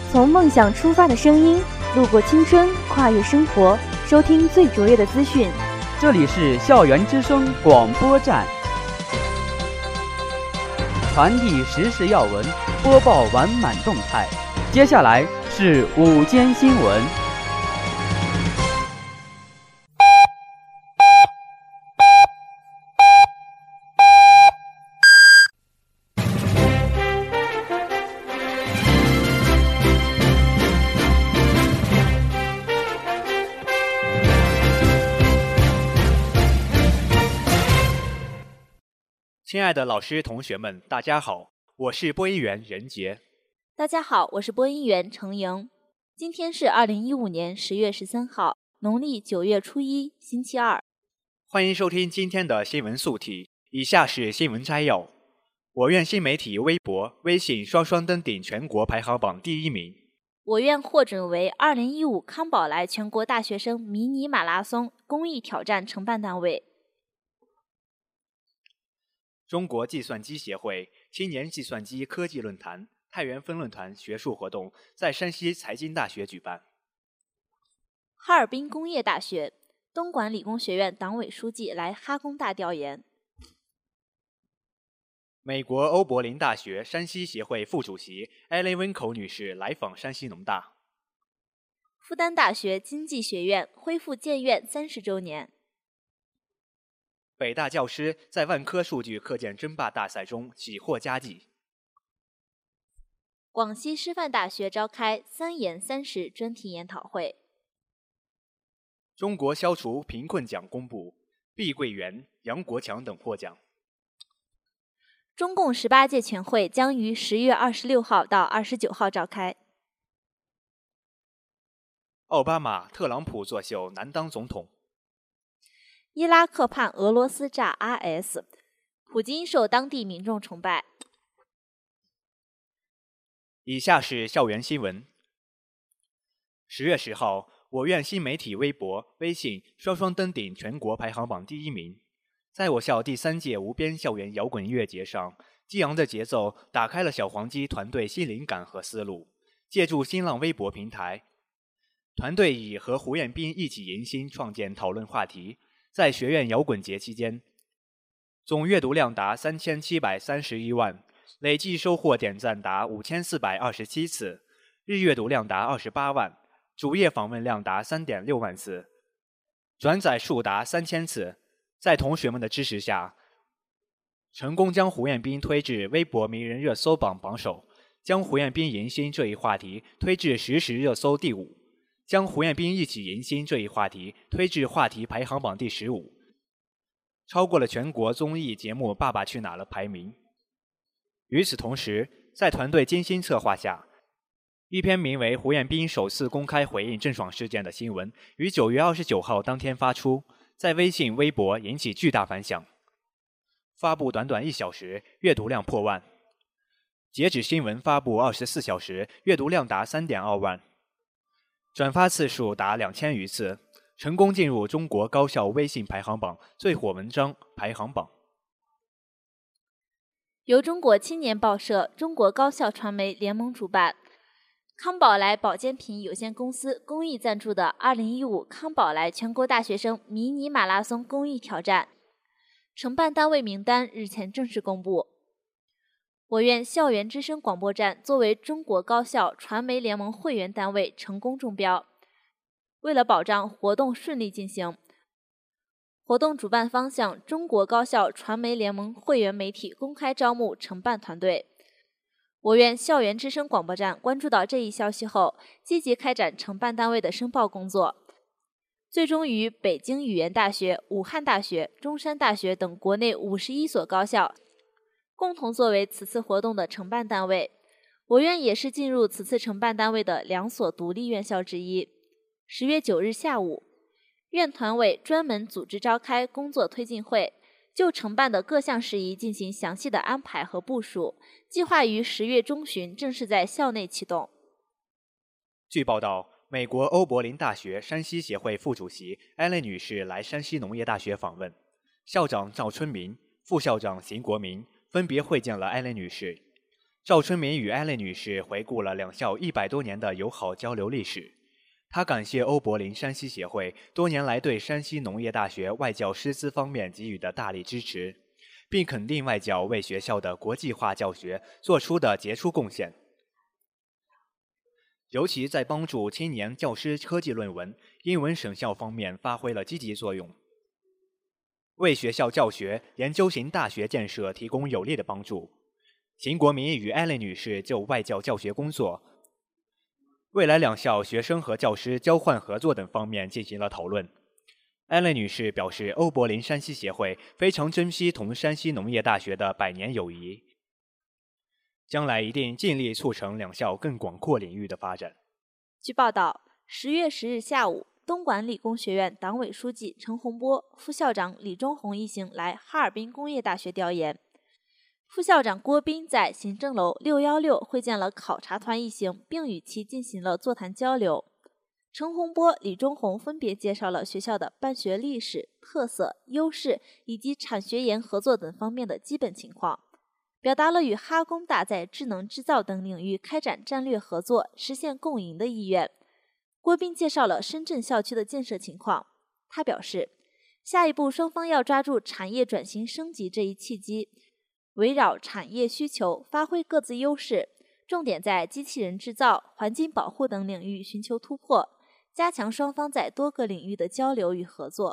从梦想出发的声音，路过青春，跨越生活，收听最卓越的资讯。 这里是校园之声广播站，传递时事要闻，播报完满动态。接下来是午间新闻。 亲爱的老师、同学们，大家好，我是播音员任杰。 大家好，我是播音员程莹。今天是2015年10月13号，农历9月初1，星期二。 欢迎收听今天的新闻速题。以下是新闻摘要：我院新媒体微博、微信双双登顶全国排行榜第1名。 我院获准为2015康宝莱全国大学生迷你马拉松公益挑战承办单位。 中国计算机协会青年计算机科技论坛太原分论坛学术活动在山西财经大学举办。 哈尔滨工业大学、东莞理工学院党委书记来哈工大调研。 美国欧柏林大学山西协会副主席艾琳温口女士来访山西农大。 复旦大学经济学院恢复建院30周年。 北大教师在万科数据课件争霸大赛中喜获佳绩。 广西师范大学召开3研30专题研讨会。 中国消除贫困奖公布，毕桂元、杨国强等获奖。 中共18届全会将于10月26号到29号召开。 奥巴马、特朗普作秀难当总统。 伊拉克叛俄罗斯炸 RS， 普京受当地民众崇拜。 以下是校园新闻。10月10号，我院新媒体微博、微信双双登顶全国排行榜第1名。在我校第3届无边校园摇滚音乐节上，激昂的节奏打开了小黄鸡团队新灵感和思路。借助新浪微博平台，团队以和胡彦斌一起迎新创建讨论话题。在学院摇滚节期间，总阅读量达3731万，累计收获点赞达5427次，日阅读量达28万，主页访问量达3.6万次，转载数达3000次。在同学们的支持下，成功将胡彦斌推至微博名人热搜榜榜首，将胡彦斌迎新这一话题推至实时热搜第5，将胡彦斌一起迎新这一话题推至话题排行榜第15，超过了全国综艺节目《爸爸去哪儿了》排名。与此同时，在团队精心策划下，一篇名为《胡彦斌首次公开回应郑爽事件》的新闻于9月29号当天发出，在微信、微博引起巨大反响。发布短短1小时，阅读量破万；截止新闻发布24小时，阅读量达3.2万。转发次数达2000余次，成功进入中国高校微信排行榜最火文章排行榜。 由中国青年报社、中国高校传媒联盟主办，康宝莱保健品有限公司公益赞助的2015康宝莱全国大学生迷你马拉松公益挑战承办单位名单日前正式公布。我院校园之声广播站作为中国高校传媒联盟会员单位成功中标。为了保障活动顺利进行，活动主办方向中国高校传媒联盟会员媒体公开招募承办团队。我院校园之声广播站关注到这一消息后，积极开展承办单位的申报工作，最终与北京语言大学、武汉大学、中山大学等国内51所高校共同作为此次活动的承办单位。我院也是进入此次承办单位的2所独立院校之一。10月9日下午，院团委专门组织召开工作推进会，就承办的各项事宜进行详细的安排和部署，计划于10月中旬正式在校内启动。 据报道，美国欧柏林大学山西协会副主席艾蕾女士来山西农业大学访问，校长赵春明、副校长邢国民分别会见了艾蕾女士。 赵春明与艾蕾女士回顾了两校100多年的友好交流历史。他感谢欧柏林山西协会多年来对山西农业大学外教师资方面给予的大力支持，并肯定外教为学校的国际化教学做出的杰出贡献，尤其在帮助青年教师科技论文、英文省校方面发挥了积极作用，为学校教学、研究型大学建设提供有力的帮助。秦国民与艾蕾女士就外教教学工作、未来两校学生和教师交换合作等方面进行了讨论。艾蕾女士表示，欧柏林山西协会非常珍惜同山西农业大学的100年友谊，将来一定尽力促成两校更广阔领域的发展。 据报道，10月10日下午，东莞理工学院党委书记陈洪波、副校长李忠宏一行来哈尔滨工业大学调研。副校长郭斌在行政楼616会见了考察团一行，并与其进行了座谈交流。陈洪波、李忠宏分别介绍了学校的办学历史、特色、优势以及产学研合作等方面的基本情况，表达了与哈工大在智能制造等领域开展战略合作、实现共赢的意愿。郭斌介绍了深圳校区的建设情况，他表示，下一步双方要抓住产业转型升级这一契机，围绕产业需求发挥各自优势，重点在机器人制造、环境保护等领域寻求突破，加强双方在多个领域的交流与合作。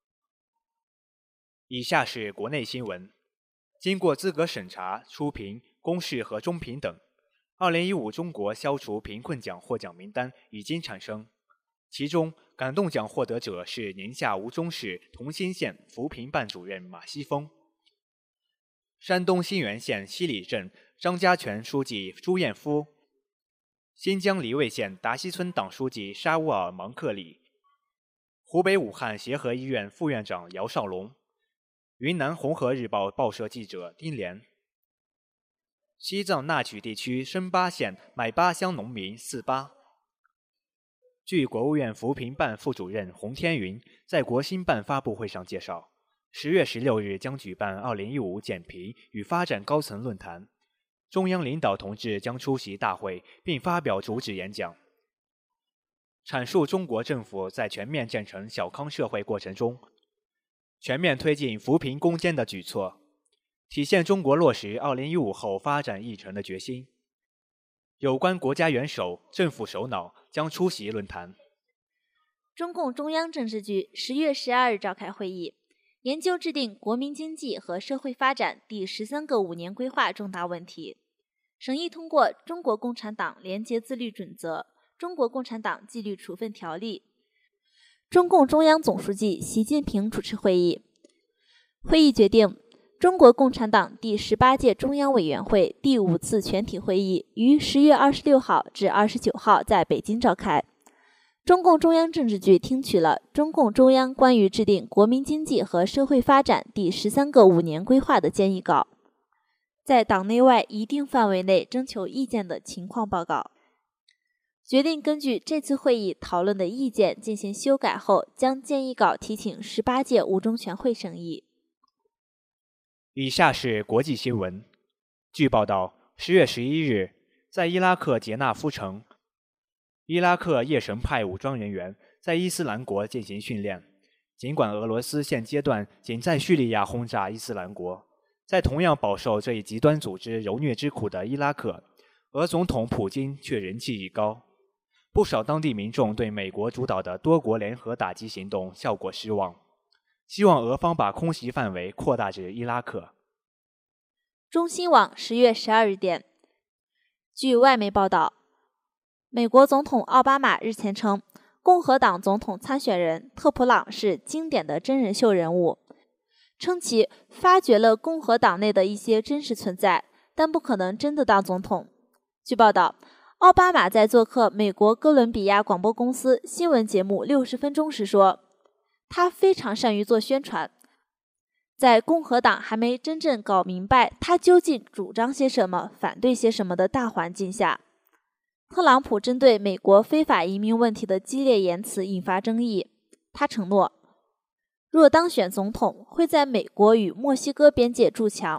以下是国内新闻。经过资格审查、初评、公示和中评等，2015中国消除贫困奖获奖名单已经产生。其中，感动奖获得者是宁夏吴忠市同心县扶贫办主任马西峰，山东新源县西里镇张家泉书记朱彦夫，新疆黎卫县达西村党书记沙乌尔芒克里，湖北武汉协和医院副院长姚少龙，云南红河日报报社记者丁连，西藏那曲地区申巴县买巴乡农民四巴。据国务院扶贫办副主任洪天云在国新办发布会上介绍，10月16日将举办2015减贫与发展高层论坛，中央领导同志将出席大会并发表主旨演讲，阐述中国政府在全面建成小康社会过程中全面推进扶贫攻坚的举措，体现中国落实2015后发展议程的决心。有关国家元首、政府首脑将出席论坛。 中共中央政治局10月12日召开会议，研究制定国民经济和社会发展第13个5年规划重大问题，审议通过《中国共产党廉洁自律准则》、《中国共产党纪律处分条例》。中共中央总书记习近平主持会议。会议决定，中国共产党第18届中央委员会第5次全体会议于10月26号至29号在北京召开。中共中央政治局听取了中共中央关于制定国民经济和社会发展第13个5年规划的建议稿，在党内外一定范围内征求意见的情况报告，决定根据这次会议讨论的意见进行修改后，将建议稿提请18届五中全会审议。 以下是国际新闻。据报道，10月11日，在伊拉克杰纳夫城，伊拉克叶什派武装人员在伊斯兰国进行训练。尽管俄罗斯现阶段仅在叙利亚轰炸伊斯兰国，在同样饱受这一极端组织蹂躏之苦的伊拉克，俄总统普京却人气已高。不少当地民众对美国主导的多国联合打击行动效果失望，希望俄方把空袭范围扩大至伊拉克。 中新网10月12日电，据外媒报道，美国总统奥巴马日前称，共和党总统参选人特普朗是经典的真人秀人物，称其发掘了共和党内的一些真实存在，但不可能真的当总统。据报道，奥巴马在做客美国哥伦比亚广播公司新闻节目60分钟时说，他非常善于做宣传，在共和党还没真正搞明白他究竟主张些什么、反对些什么的大环境下，特朗普针对美国非法移民问题的激烈言辞引发争议。他承诺，若当选总统，会在美国与墨西哥边界筑墙，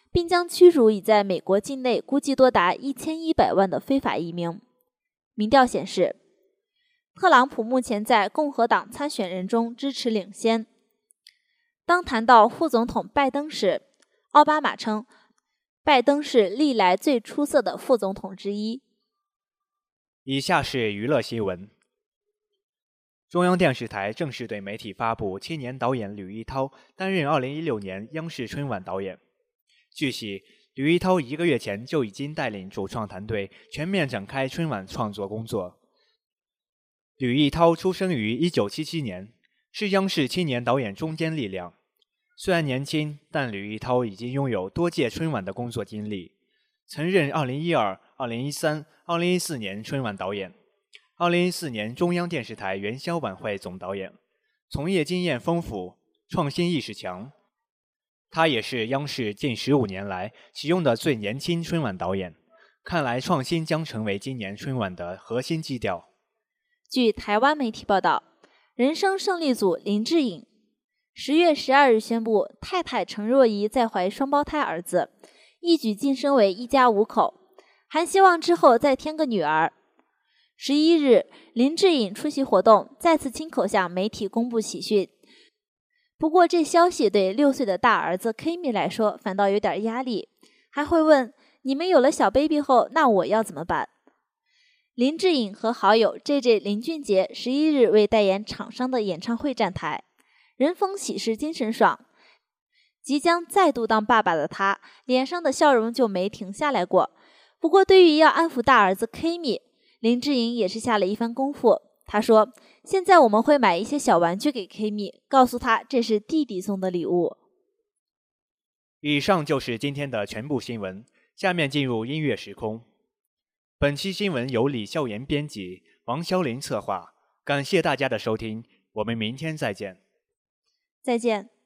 并将驱逐已在美国境内估计多达1100万的非法移民。民调显示，特朗普目前在共和党参选人中支持领先。当谈到副总统拜登时，奥巴马称拜登是历来最出色的副总统之一。 以下是娱乐新闻。中央电视台正式对媒体发布青年导演吕一涛担任2016年央视春晚导演。据悉，吕一涛1个月前就已经带领主创团队全面展开春晚创作工作。吕一涛出生于1977年，是央视青年导演中坚力量。虽然年轻，但吕一涛已经拥有多届春晚的工作经历，曾任2012、2013、2014年春晚导演，2014年中央电视台元宵晚会总导演，从业经验丰富，创新意识强。他也是央视近15年来启用的最年轻春晚导演，看来创新将成为今年春晚的核心基调。 据台湾媒体报道，人生胜利组林志颖10月12日宣布，太太陈若仪再怀双胞胎儿子，一举晋升为一家5口，还希望之后再添个女儿。11日，林志颖出席活动，再次亲口向媒体公布喜讯。不过，这消息对6岁的大儿子 Kimi 来说反倒有点压力，还会问：你们有了小 baby 后，那我要怎么办？林志颖和好友 JJ 林俊杰11日为代言厂商的演唱会站台。人逢喜事精神爽，即将再度当爸爸的他，脸上的笑容就没停下来过。不过，对于要安抚大儿子 Kimi， 林志颖也是下了一番功夫。他说：“现在我们会买一些小玩具给 Kimi， 告诉他这是弟弟送的礼物。” 以上就是今天的全部新闻，下面进入音乐时空。本期新闻由李笑言编辑，王潇林策划，感谢大家的收听，我们明天再见。 再见。